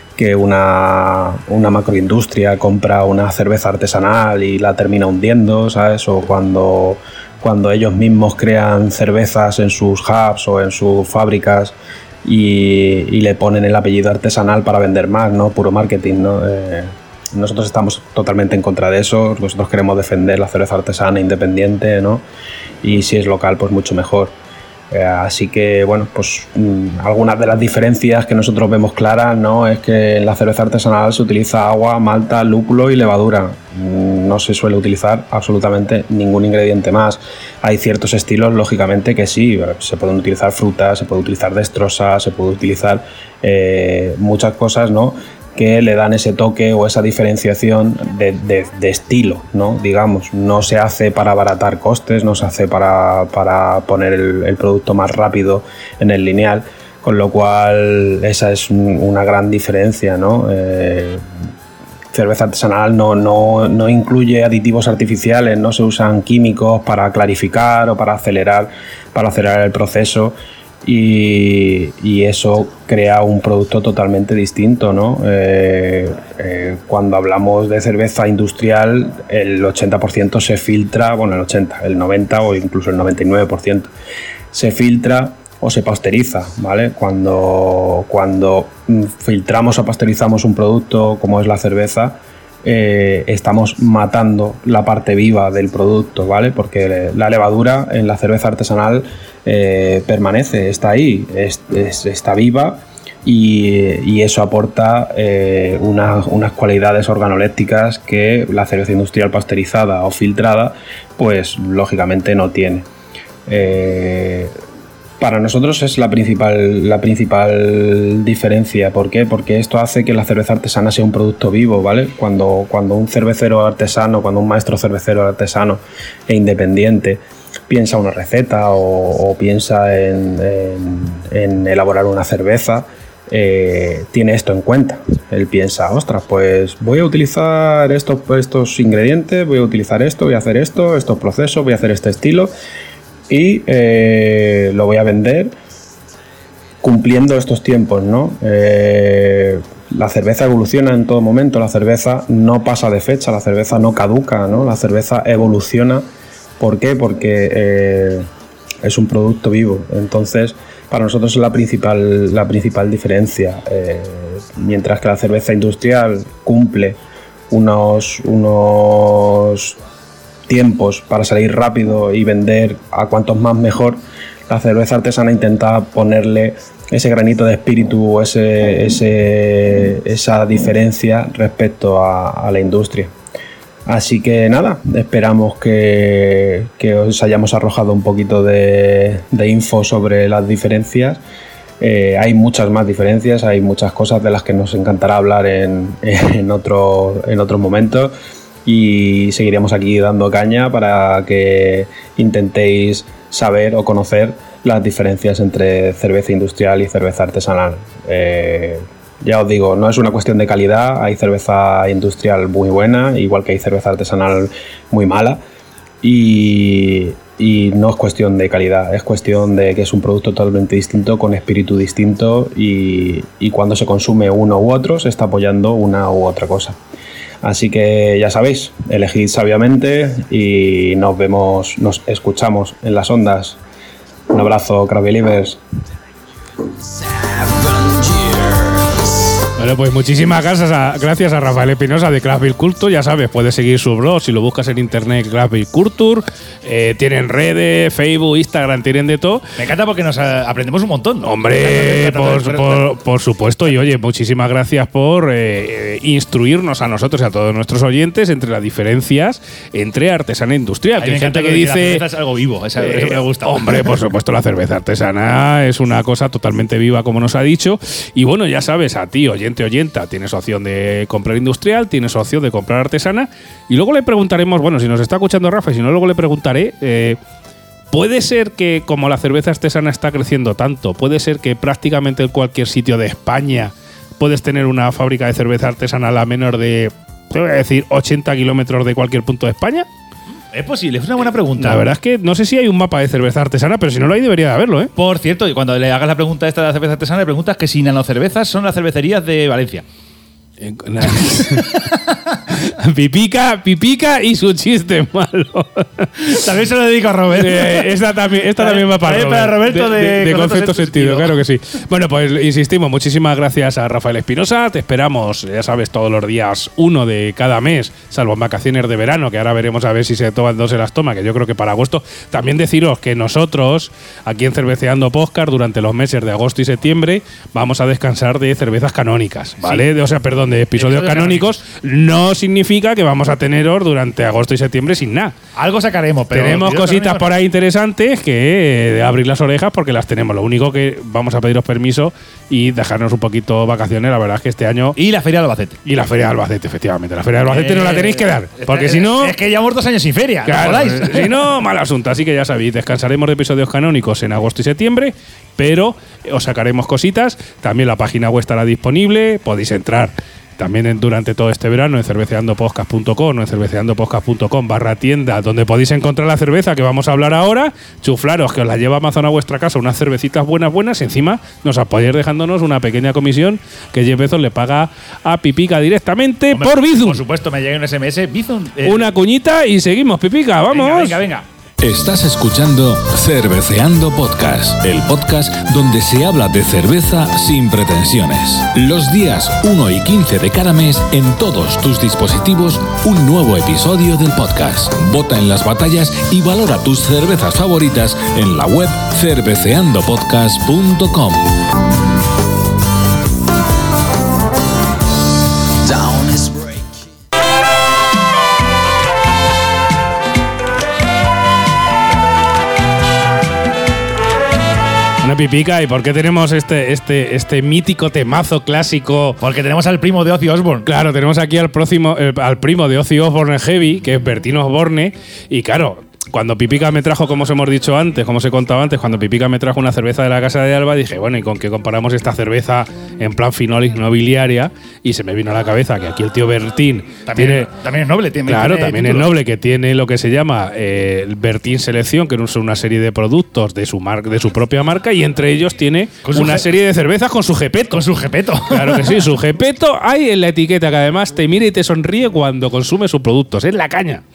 una macroindustria compra una cerveza artesanal y la termina hundiendo, ¿sabes? O cuando ellos mismos crean cervezas en sus hubs o en sus fábricas y le ponen el apellido artesanal para vender más, ¿no? Puro marketing, ¿no? Nosotros estamos totalmente en contra de eso. Nosotros queremos defender la cerveza artesana independiente, ¿no? Y si es local, pues mucho mejor. Así que, bueno, pues algunas de las diferencias que nosotros vemos claras, ¿no?, es que en la cerveza artesanal se utiliza agua, malta, lúpulo y levadura. No se suele utilizar absolutamente ningún ingrediente más. Hay ciertos estilos, lógicamente, que sí, se pueden utilizar frutas, se puede utilizar dextrosa, se puede utilizar muchas cosas, ¿no?, que le dan ese toque o esa diferenciación de estilo, ¿no? Digamos, no se hace para abaratar costes, no se hace para poner el producto más rápido en el lineal, con lo cual esa es una gran diferencia, ¿no? Cerveza artesanal no incluye aditivos artificiales, no se usan químicos para clarificar o para acelerar el proceso. Y eso crea un producto totalmente distinto, ¿no? Cuando hablamos de cerveza industrial, el 80% se filtra, bueno, el 90% o incluso el 99% se filtra o se pasteuriza, ¿vale? Cuando filtramos o pasteurizamos un producto como es la cerveza, estamos matando la parte viva del producto, ¿vale? Porque la levadura en la cerveza artesanal permanece, está ahí, está viva y eso aporta unas cualidades organolépticas que la cerveza industrial pasteurizada o filtrada pues lógicamente no tiene. Para nosotros es la principal diferencia. ¿Por qué? Porque esto hace que la cerveza artesana sea un producto vivo, ¿vale? Cuando un cervecero artesano, cuando un maestro cervecero artesano e independiente piensa una receta o piensa en elaborar una cerveza, tiene esto en cuenta. Él piensa, ostras, pues voy a utilizar estos ingredientes, voy a utilizar esto, voy a hacer estos procesos, voy a hacer este estilo y lo voy a vender cumpliendo estos tiempos, ¿no? La cerveza evoluciona en todo momento, la cerveza no pasa de fecha, la cerveza no caduca, ¿no? La cerveza evoluciona. ¿Por qué? Porque es un producto vivo. Entonces, para nosotros es la principal diferencia. Mientras que la cerveza industrial cumple unos tiempos para salir rápido y vender a cuantos más mejor, la cerveza artesana intenta ponerle ese granito de espíritu o esa diferencia respecto a la industria. Así que nada, esperamos que os hayamos arrojado un poquito de info sobre las diferencias. Hay muchas más diferencias, hay muchas cosas de las que nos encantará hablar en otros momentos, y seguiremos aquí dando caña para que intentéis saber o conocer las diferencias entre cerveza industrial y cerveza artesanal. Ya os digo, no es una cuestión de calidad, hay cerveza industrial muy buena, igual que hay cerveza artesanal muy mala, y no es cuestión de calidad, es cuestión de que es un producto totalmente distinto, con espíritu distinto, y cuando se consume uno u otro se está apoyando una u otra cosa. Así que ya sabéis, elegid sabiamente y nos escuchamos en las ondas. Un abrazo, Craft Believers. Bueno, pues muchísimas gracias a Rafael Espinosa de Craft Beer Culture. Ya sabes, puedes seguir su blog si lo buscas en internet, Craft Beer Culture. Tienen redes, Facebook, Instagram, tienen de todo. Me encanta porque nos aprendemos un montón, ¿no? Hombre, por supuesto. Y oye, muchísimas gracias por instruirnos a nosotros y a todos nuestros oyentes entre las diferencias entre artesana e industrial. Que hay gente que dice… La cerveza es algo vivo, eso me gusta. Hombre, por supuesto, la cerveza artesana es una cosa totalmente viva, como nos ha dicho. Y bueno, ya sabes, a ti, oyenta, tienes opción de comprar industrial, tienes opción de comprar artesana, y luego le preguntaremos, bueno, si nos está escuchando Rafa, y si no, luego le preguntaré, puede ser que como la cerveza artesana está creciendo tanto, puede ser que prácticamente en cualquier sitio de España puedes tener una fábrica de cerveza artesanal a menos de, te voy a decir, 80 kilómetros de cualquier punto de España. Es posible, es una buena pregunta. La verdad es que no sé si hay un mapa de cerveza artesana, pero si no lo hay, debería de haberlo, ¿eh? Por cierto, y cuando le hagas la pregunta esta de la cerveza artesana, le preguntas que si nanocervezas son las cervecerías de Valencia. Pipica y su chiste malo. También se lo dedico a Roberto. Esta también va para Robert. Para Roberto de concepto sentido, claro que sí. Bueno, pues insistimos, muchísimas gracias a Rafael Espinosa. Te esperamos, ya sabes, todos los días 1 de cada mes, salvo en vacaciones de verano, que ahora veremos a ver si se toman 2 se las toma, que yo creo que para agosto. También deciros que nosotros, aquí en Cerveceando Podcast, durante los meses de agosto y septiembre, vamos a descansar de cervezas canónicas, ¿vale? Sí. O sea, perdón, de episodios canónicos. No significa que vamos a teneros durante agosto y septiembre sin nada. Algo sacaremos, pero tenemos cositas por ahí interesantes que de abrir las orejas porque las tenemos. Lo único que vamos a pediros permiso y dejarnos un poquito vacaciones. La verdad es que este año… Y la Feria de Albacete. Y la Feria de Albacete, efectivamente. La Feria de Albacete no la tenéis que dar. Porque si no… Es que llevamos 2 años sin feria. Claro, no si no, mal asunto. Así que ya sabéis, descansaremos de episodios canónicos en agosto y septiembre, pero os sacaremos cositas. También la página web estará disponible. Podéis entrar también durante todo este verano en cerveceandopodcast.com o en cerveceandopodcast.com/tienda, donde podéis encontrar la cerveza que vamos a hablar ahora. Chuflaros, que os la lleva Amazon a vuestra casa, unas cervecitas buenas, y encima nos apoyáis dejándonos una pequeña comisión que Jeff Bezos le paga a Pipica directamente. Hombre, por Bizum. Por supuesto, me llega un SMS, Bizum. Una cuñita y seguimos, Pipica, vamos. Venga. Estás escuchando Cerveceando Podcast, el podcast donde se habla de cerveza sin pretensiones. Los días 1 y 15 de cada mes, en todos tus dispositivos, un nuevo episodio del podcast. Vota en las batallas y valora tus cervezas favoritas en la web cerveceandopodcast.com. Pipica, ¿y por qué tenemos este mítico temazo clásico? Porque tenemos al primo de Ozzy Osbourne. Claro, tenemos aquí al primo de Ozzy Osbourne Heavy, que es Bertín Osborne, y claro, cuando Pipica me trajo, como os hemos dicho antes, como os he contado antes, cuando Pipica me trajo una cerveza de la Casa de Alba, dije, bueno, ¿y con qué comparamos esta cerveza en plan finolis nobiliaria? Y se me vino a la cabeza que aquí el tío Bertín también es noble. Claro, también es noble, que tiene lo que se llama Bertín Selección, que es una serie de productos de su propia marca, y entre ellos tiene una serie de cervezas con su Gepeto. Con su Gepeto. Claro que sí, su Gepeto hay en la etiqueta, que además te mira y te sonríe cuando consume sus productos. Es la caña.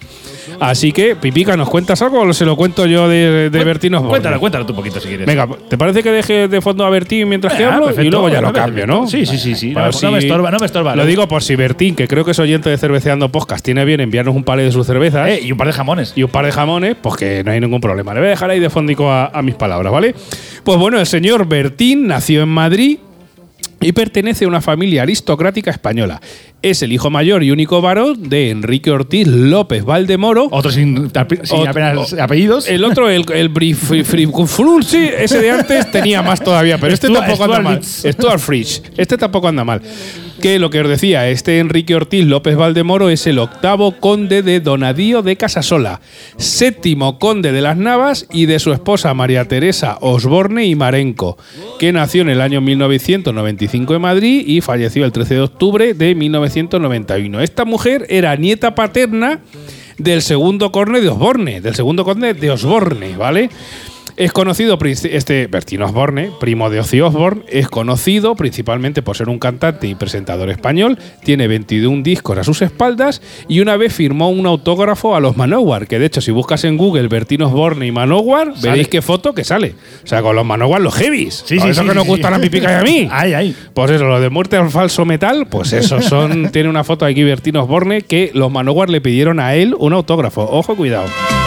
Así que, Pipica, ¿nos cuentas algo o se lo cuento yo de Bertín Osborne? Cuéntalo tú un poquito si quieres. Venga, ¿te parece que deje de fondo a Bertín mientras que hablo? Perfecto, y luego ya lo cambio, ¿no? Sí. Pues No me estorba. Lo digo por si Bertín, que creo que es oyente de Cerveceando Podcast, tiene bien enviarnos un par de sus cervezas. Y un par de jamones. Y un par de jamones, pues que no hay ningún problema. Le voy a dejar ahí de fondico a mis palabras, ¿vale? Pues bueno, el señor Bertín nació en Madrid y pertenece a una familia aristocrática española. Es el hijo mayor y único varón de Enrique Ortiz López Valdemoro. Otro sin apenas apellidos. El otro, el sí, ese de antes tenía más todavía, pero este tampoco anda mal. Stuart Fridge. Este tampoco anda mal. Que lo que os decía, este Enrique Ortiz López Valdemoro es el 8º conde de Donadío de Casasola, 7º conde de las Navas y de su esposa María Teresa Osborne y Marenco, que nació en el año 1995 en Madrid y falleció el 13 de octubre de 1991. Esta mujer era nieta paterna del segundo conde de Osborne, ¿vale? Es conocido, este Bertín Osborne, primo de Ozzy Osbourne, es conocido principalmente por ser un cantante y presentador español, tiene 21 discos a sus espaldas y una vez firmó un autógrafo a los Manowar, que de hecho si buscas en Google Bertín Osborne y Manowar, veréis qué foto que sale. O sea, con los Manowar los heavies. Eso que nos gustan a Pipica y a mí. Ay. Pues eso, lo de muerte al falso metal, pues eso son. Tiene una foto aquí Bertín Osborne que los Manowar le pidieron a él un autógrafo. Ojo, cuidado.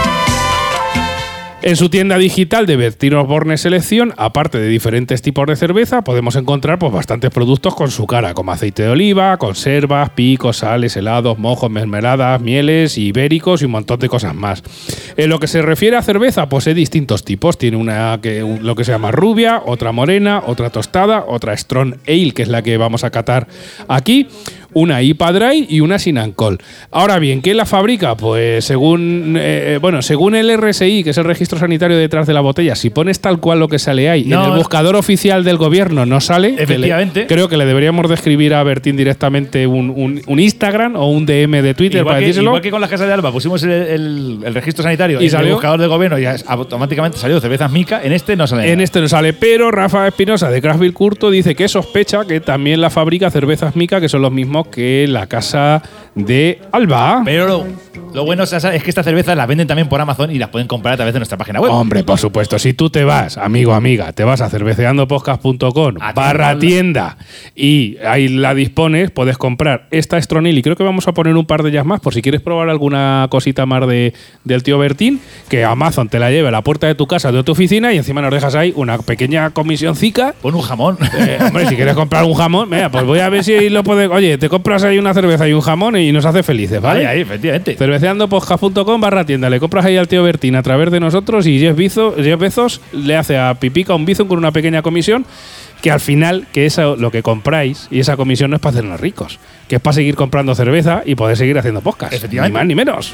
En su tienda digital de Bertín Osborne Selección, aparte de diferentes tipos de cerveza, podemos encontrar pues bastantes productos con su cara, como aceite de oliva, conservas, picos, sales, helados, mojos, mermeladas, mieles, ibéricos y un montón de cosas más. En lo que se refiere a cerveza, posee distintos tipos. Tiene lo que se llama rubia, otra morena, otra tostada, otra strong ale, que es la que vamos a catar aquí, una IPA Dry y una sin alcohol. Ahora bien, ¿quién la fabrica? Pues según el RSI, que es el registro sanitario detrás de la botella, si pones tal cual lo que sale ahí, en el buscador oficial del gobierno no sale. Efectivamente. Creo que le deberíamos de escribir a Bertín directamente un Instagram o un DM de Twitter para decírselo. Igual que con la Casa de Alba pusimos el registro sanitario y en el buscador del gobierno y automáticamente salió cervezas Mica, en este no sale. En este no sale, pero Rafa Espinosa de Craft Beer Curto dice que sospecha que también la fabrica cervezas Mica, que son los mismos que la Casa de Alba. Pero lo bueno es que estas cervezas las venden también por Amazon y las pueden comprar a través de nuestra página web. Hombre, por supuesto. Si tú te vas, amigo, amiga, te vas a cerveceandopodcast.com/tienda y ahí la dispones, puedes comprar esta Stronil y creo que vamos a poner un par de ellas más por si quieres probar alguna cosita más del tío Bertín, que Amazon te la lleve a la puerta de tu casa, de tu oficina y encima nos dejas ahí una pequeña comisioncica. Pon un jamón. Hombre, si quieres comprar un jamón, mira, pues voy a ver si lo puedes. Oye, te compras ahí una cerveza y un jamón y nos hace felices, ¿vale? Ahí, efectivamente. Cerveceandopodcast.com/tienda. Le compras ahí al tío Bertín a través de nosotros y Jeff Bezos le hace a Pipica un bizum con una pequeña comisión que al final, que eso lo que compráis y esa comisión no es para hacernos ricos, que es para seguir comprando cerveza y poder seguir haciendo podcast. Efectivamente. Ni más ni menos.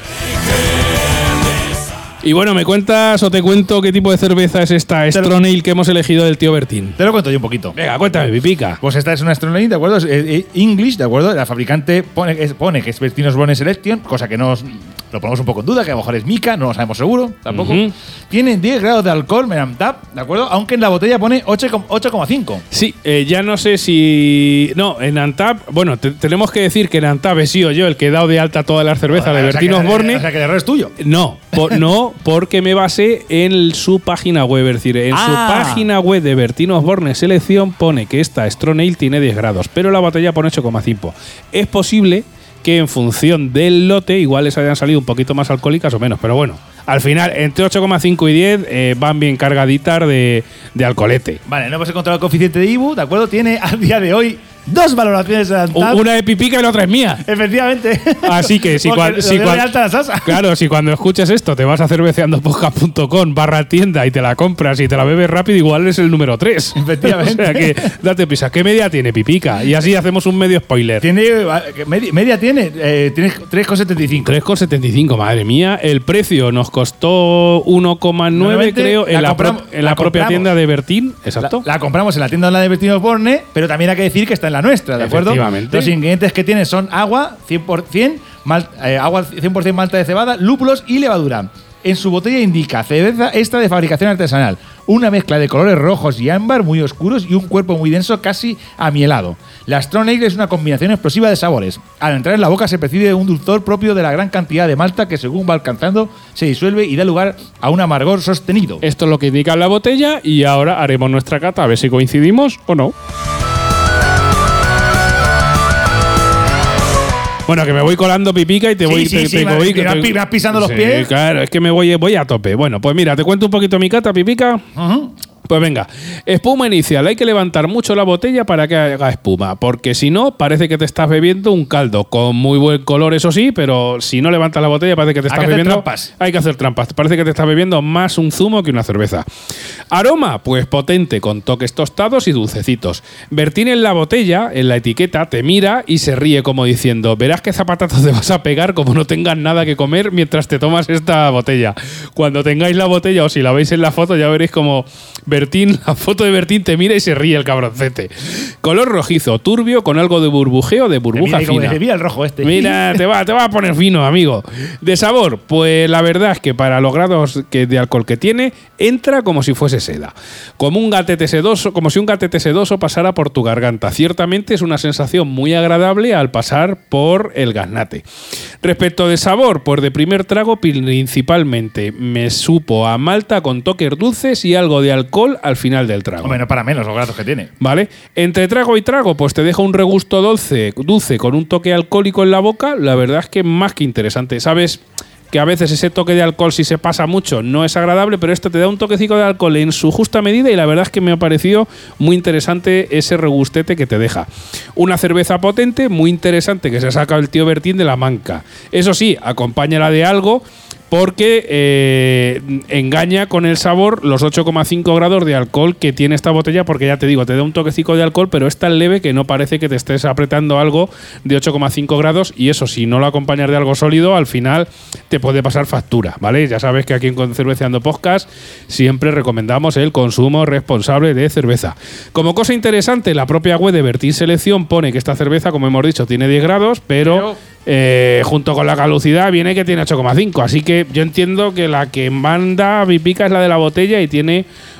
Y bueno, ¿me cuentas o te cuento qué tipo de cerveza es esta Strong Ale que hemos elegido del tío Bertín? Te lo cuento yo un poquito. Venga, cuéntame, Pipica. Pues esta es una Strong Ale, ¿de acuerdo? Es English, ¿de acuerdo? La fabricante pone que es Bertín Osborne Selection, cosa que lo ponemos un poco en duda, que a lo mejor es Mica, no lo sabemos seguro, tampoco. Tiene 10 grados de alcohol, tap, ¿de acuerdo? Aunque en la botella pone 8,5. Sí, ya no sé si. No, en Antap. Bueno, tenemos que decir que en Antap he sido yo el que he dado de alta todas las cervezas de Bertín Osborne. O sea, que el error es tuyo. No, porque me basé en su página web. Es decir, en su página web de Bertín Osborne Selección pone que esta Strong Ale tiene 10 grados, pero la botella pone 8,5. Es posible que en función del lote igual les hayan salido un poquito más alcohólicas o menos, pero bueno, al final entre 8,5 y 10 van bien cargaditas de alcoholete. Vale, no hemos encontrado el coeficiente de IBU, ¿de acuerdo? Tiene al día de hoy 2 valoraciones de Antap. Una de Pipica y la otra es mía. Efectivamente. Así que si cuando escuches esto te vas a cerveceandopodcast.com/tienda y te la compras y te la bebes rápido, igual es el número 3. Efectivamente. O sea que date prisa. ¿Qué media tiene Pipica? Y así hacemos un medio spoiler. Media tiene 3,75. 3,75, madre mía. El precio nos costó 1,9 creo en la propia tienda de Bertín. Exacto. La compramos en la tienda de Bertín Osborne, pero también hay que decir que está en la nuestra, ¿de acuerdo? Los ingredientes que tiene son agua 100%, agua 100% malta de cebada, lúpulos y levadura. En su botella indica cerveza extra de fabricación artesanal. una mezcla de colores rojos y ámbar muy oscuros y un cuerpo muy denso, casi amielado. La Strong Ale es una combinación explosiva de sabores. Al entrar en la boca se percibe un dulzor propio de la gran cantidad de malta que según va alcanzando se disuelve y da lugar a un amargor sostenido. Esto es lo que indica en la botella y ahora haremos nuestra cata a ver si coincidimos o no. Bueno, que me voy colando pipica y te voy... me vas pisando los pies. Claro, es que voy a tope. Bueno, pues mira, te cuento un poquito mi cata, pipica. Pues venga, espuma inicial. Hay que levantar mucho la botella para que haga espuma, porque si no, parece que te estás bebiendo un caldo con muy buen color, eso sí, pero si no levantas la botella parece que te estás bebiendo... Hay que hacer trampas. Parece que te estás bebiendo más un zumo que una cerveza. Aroma, pues potente, con toques tostados y dulcecitos. Bertín en la botella, en la etiqueta, te mira y se ríe como diciendo: verás qué zapatazos te vas a pegar como no tengas nada que comer mientras te tomas esta botella. Cuando tengáis la botella o si la veis en la foto ya veréis como Bertín, la foto de Bertín te mira y se ríe el cabroncete. Color rojizo, turbio, con algo de burbujeo, de burbuja fina. Mira el rojo este. Mira, te va a poner fino, amigo. De sabor, pues la verdad es que para los grados de alcohol que tiene, entra como si fuese seda. Como si un gatete sedoso pasara por tu garganta. Ciertamente es una sensación muy agradable al pasar por el gaznate. Respecto de sabor, pues de primer trago principalmente me supo a malta con toques dulces y algo de alcohol al final del trago. Hombre, no para menos los grados que tiene. ¿Vale? Entre trago y trago, pues te deja un regusto dulce con un toque alcohólico en la boca. La verdad es que más que interesante. ¿Sabes? Que a veces ese toque de alcohol, si se pasa mucho, no es agradable, pero esto te da un toquecito de alcohol en su justa medida y la verdad es que me ha parecido muy interesante ese regustete que te deja. Una cerveza potente, muy interesante, que se saca el tío Bertín de la manga. Eso sí, acompáñala de algo porque engaña con el sabor los 8,5 grados de alcohol que tiene esta botella, porque ya te digo, te da un toquecito de alcohol, pero es tan leve que no parece que te estés apretando algo de 8,5 grados y eso, si no lo acompañas de algo sólido, al final te puede pasar factura, ¿vale? Ya sabes que aquí en Cerveceando Podcast siempre recomendamos el consumo responsable de cerveza. Como cosa interesante, la propia web de Bertín Selección pone que esta cerveza, como hemos dicho, tiene 10 grados, pero junto con la caducidad viene que tiene 8,5, así que yo entiendo que la que manda pipica es la de la botella y tiene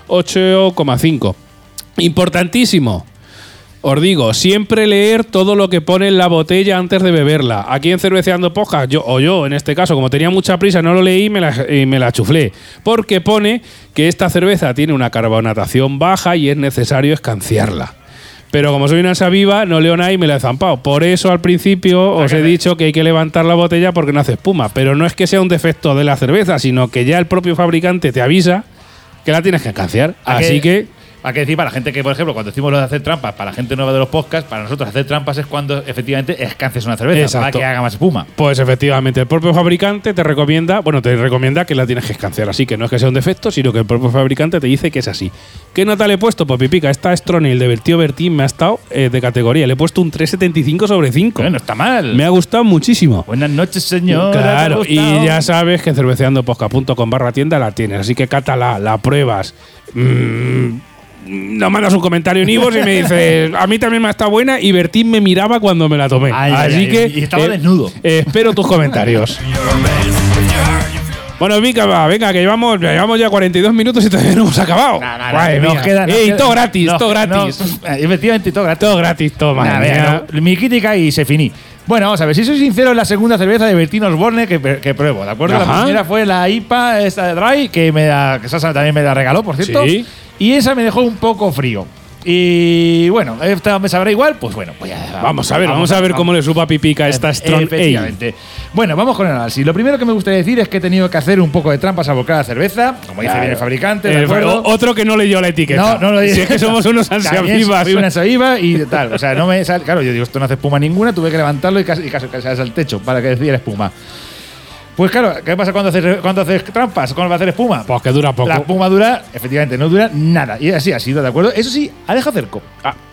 8,5. Importantísimo, os digo, siempre leer todo lo que pone en la botella antes de beberla. Aquí en Cerveceando Podcast, yo en este caso, como tenía mucha prisa, no lo leí y me la chuflé, porque pone que esta cerveza tiene una carbonatación baja y es necesario escanciarla. Pero como soy una ansia viva, no leo nada y me la he zampado. Por eso al principio os he dicho que hay que levantar la botella porque no hace espuma. Pero no es que sea un defecto de la cerveza, sino que ya el propio fabricante te avisa que la tienes que escanciar. Así que... Hay que decir para la gente que, por ejemplo, cuando decimos lo de hacer trampas, para la gente nueva de los podcasts, para nosotros hacer trampas es cuando efectivamente escancias una cerveza. Exacto. Para que haga más espuma. Pues efectivamente, el propio fabricante te recomienda que la tienes que escanciar. Así que no es que sea un defecto, sino que el propio fabricante te dice que es así. ¿Qué nota le he puesto? Pues pipica, esta Strong Ale del tío Bertín me ha estado de categoría. Le he puesto un 3,75 sobre 5. No está mal. Me ha gustado muchísimo. Buenas noches, señor. Claro, y ya sabes que en cerveceandopodcast.com/tienda la tienes. Así que cátala, la pruebas. No mandas un comentario en iVoox y me dices, a mí también me ha estado buena y Bertín me miraba cuando me la tomé. Así que y estaba desnudo. Espero tus comentarios. Bueno, venga, que llevamos ya 42 minutos y todavía no hemos acabado. Nos queda. Todo gratis, todo gratis. Efectivamente, todo gratis. Todo gratis, todo mal. Mi crítica y se finí. Bueno, vamos a ver, si soy sincero, es la segunda cerveza de Bertín Osborne que pruebo, ¿de acuerdo? Ajá. La primera fue la IPA, esta de Dry, que Sasa también me la regaló, por cierto. Sí. Y esa me dejó un poco frío. Y bueno, esta me sabrá igual, pues bueno, pues ya. Vamos a ver cómo le suba a pipica esta Strong Ale. Efectivamente. Bueno, vamos con el análisis. Lo primero que me gustaría decir es que he tenido que hacer un poco de trampas a volcar la cerveza, como dice bien el fabricante. ¿De acuerdo? Otro que no leyó la etiqueta. No lo dije. Si es que somos unos ansias vivas. Soy una ansia viva y tal. O sea, no me sale. Claro, yo digo, esto no hace espuma ninguna, tuve que levantarlo y casi sale al techo para que decidiera espuma. Pues claro, ¿qué pasa cuando haces trampas? ¿Cómo va a hacer espuma? Pues que dura poco. La espuma dura, efectivamente, no dura nada. Y así ha sido, ¿de acuerdo? Eso sí, ha dejado cerco.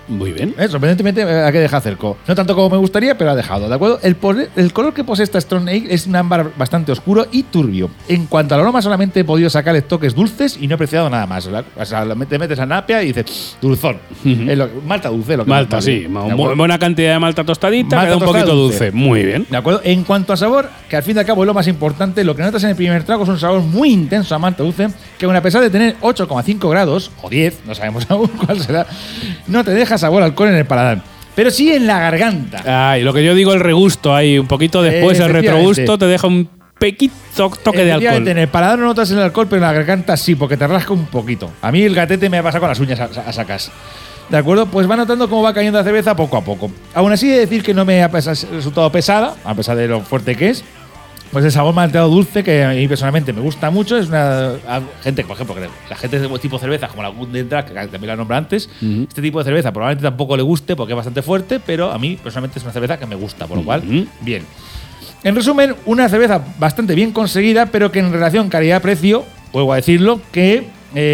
Muy bien. Sorprendentemente ha que dejar cerco. No tanto como me gustaría, pero ha dejado, ¿de acuerdo? El color que posee esta Strong Ale es un ámbar bastante oscuro y turbio. En cuanto al aroma, solamente he podido sacarle toques dulces y no he apreciado nada más. O sea, te metes a napia y dices, dulzón. Malta dulce. Lo que Malta, sí. Buena cantidad de malta tostadita, queda un poquito dulce. Muy bien. ¿De acuerdo? En cuanto a sabor, que al fin y al cabo es lo más importante, lo que notas en el primer trago es un sabor muy intenso a malta dulce, que a pesar de tener 8,5 grados, o 10, no sabemos aún cuál será, no te deja sabor a alcohol en el paladar. Pero sí en la garganta. Y lo que yo digo, el regusto ahí, un poquito después, el retrogusto te deja un pequito toque de alcohol. En el paladar no notas el alcohol, pero en la garganta sí, porque te rasca un poquito. A mí el gatete me pasa con las uñas a sacas. ¿De acuerdo? Pues va notando cómo va cayendo la cerveza poco a poco. Aún así, he de decir que no me ha resultado pesada, a pesar de lo fuerte que es. Pues el sabor malteado dulce, que a mí personalmente me gusta mucho. Es una gente, por ejemplo, la gente de tipo de cerveza, como la Golden Drag, que también la nombra antes, este tipo de cerveza probablemente tampoco le guste porque es bastante fuerte, pero a mí personalmente es una cerveza que me gusta, por lo cual, bien. En resumen, una cerveza bastante bien conseguida, pero que en relación calidad-precio, vuelvo a decirlo, que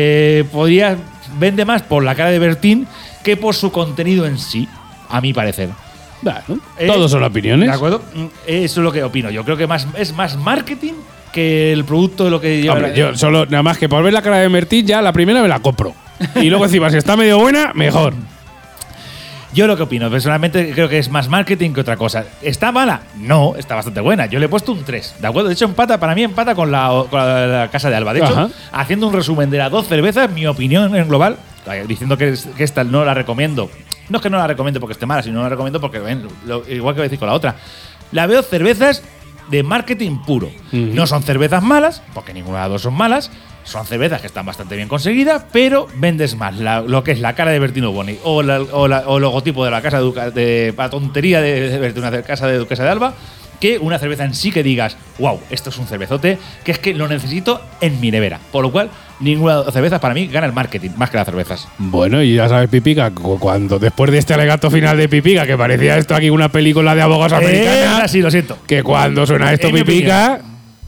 vende más por la cara de Bertín que por su contenido en sí, a mi parecer. Bueno, todos son opiniones. ¿De acuerdo? Eso es lo que opino. Yo creo que es más marketing que el producto de lo que lleva. Hombre, yo solo, nada más que por ver la cara de Bertín, ya la primera me la compro. Y luego encima, si está medio buena, mejor. Yo lo que opino, personalmente creo que es más marketing que otra cosa. ¿Está mala? No, está bastante buena. Yo le he puesto un 3, ¿de acuerdo? De hecho, para mí empata con la Casa de Alba. De hecho, haciendo un resumen de las dos cervezas, mi opinión en global, diciendo que esta no la recomiendo. No es que no la recomiendo porque esté mala, sino no la recomiendo porque, igual que voy a decir con la otra, la veo cervezas de marketing puro. No son cervezas malas, porque ninguna de las dos son malas. Son cervezas que están bastante bien conseguidas, pero vendes más lo que es la cara de Bertino Boni o el logotipo de la casa de la tontería de una casa de Duquesa de Alba, que una cerveza en sí que digas, wow, esto es un cervezote, que es que lo necesito en mi nevera. Por lo cual, ninguna de las cervezas para mí gana el marketing, más que las cervezas. Bueno, y ya sabes, Pipica, cuando después de este alegato final de Pipica, que parecía esto aquí una película de abogados americana, sí, lo siento. Que cuando suena esto, Pipica…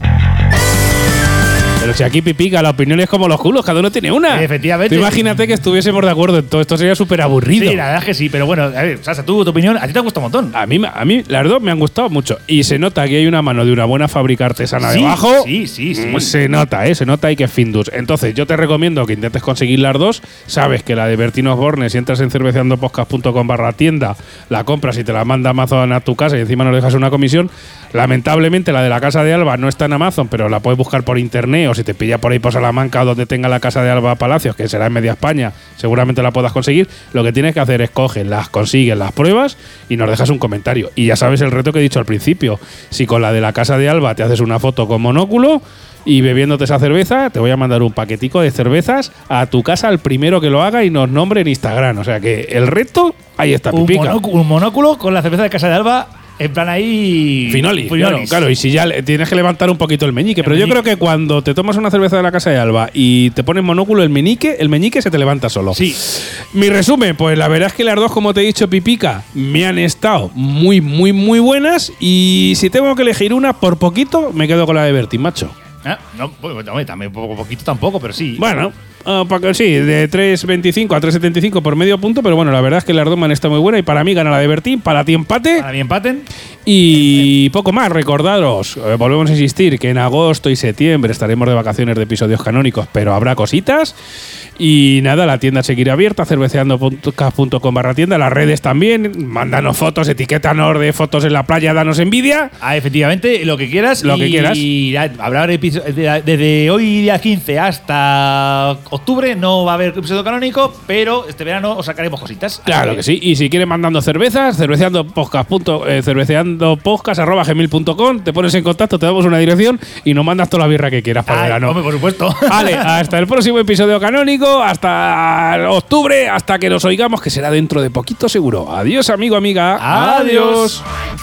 Pero si aquí Pipica, la opinión es como los culos, cada uno tiene una. Efectivamente. Tú imagínate que estuviésemos de acuerdo en todo esto, sería súper aburrido. Sí, la verdad es que sí, pero bueno, a ver, Sasa, tú, tu opinión, a ti te ha gustado un montón. A mí, las dos me han gustado mucho. Y se nota que hay una mano de una buena fábrica artesana debajo. Sí. Se nota y que es Findus. Entonces, yo te recomiendo que intentes conseguir las dos. Sabes que la de Bertín Osborne, si entras en cerveceandopodcast.com/tienda, la compras y te la manda Amazon a tu casa y encima nos dejas una comisión. Lamentablemente, la de la Casa de Alba no está en Amazon, pero la puedes buscar por internet o si te pilla por ahí por Salamanca o donde tenga la Casa de Alba Palacios, que será en media España, seguramente la puedas conseguir. Lo que tienes que hacer es coger, las consigues, las pruebas y nos dejas un comentario. Y ya sabes el reto que he dicho al principio. Si con la de la Casa de Alba te haces una foto con monóculo y bebiéndote esa cerveza, te voy a mandar un paquetico de cervezas a tu casa al primero que lo haga y nos nombre en Instagram. O sea que el reto, ahí está, Pipica. Un monóculo con la cerveza de Casa de Alba. En plan ahí… Finoli. Claro. Y si ya tienes que levantar un poquito el meñique. Pero yo creo que cuando te tomas una cerveza de la Casa de Alba y te pones monóculo, el meñique se te levanta solo. Sí. Mi resumen, pues la verdad es que las dos, como te he dicho, Pipica, me han estado muy, muy, muy buenas. Y si tengo que elegir una, por poquito, me quedo con la de Bertín, macho. No, también poquito tampoco, pero sí. Bueno, sí, de 3.25 a 3.75 por medio punto, pero bueno, la verdad es que la Ardoma está muy buena y para mí gana la de Bertín, para ti empate. Para mí empaten. Y poco más, recordaros, volvemos a insistir que en agosto y septiembre estaremos de vacaciones de episodios canónicos, pero habrá cositas. Y nada, la tienda seguirá abierta, cerveceandopodcast.com/tienda, las redes también, mándanos fotos, etiquétanos de fotos en la playa, danos envidia. Efectivamente, lo que quieras. Y habrá episodios desde hoy día 15 hasta octubre, no va a haber episodio canónico, pero este verano os sacaremos cositas. Claro que sí, y si quieres mandando cervezas, cerveceandopodcast@gmail.com, te pones en contacto, te damos una dirección y nos mandas toda la birra que quieras para el verano. Hombre, por supuesto. Vale, hasta el próximo episodio canónico. Hasta octubre, hasta que nos oigamos, que será dentro de poquito seguro. Adiós, amigo, amiga. Adiós.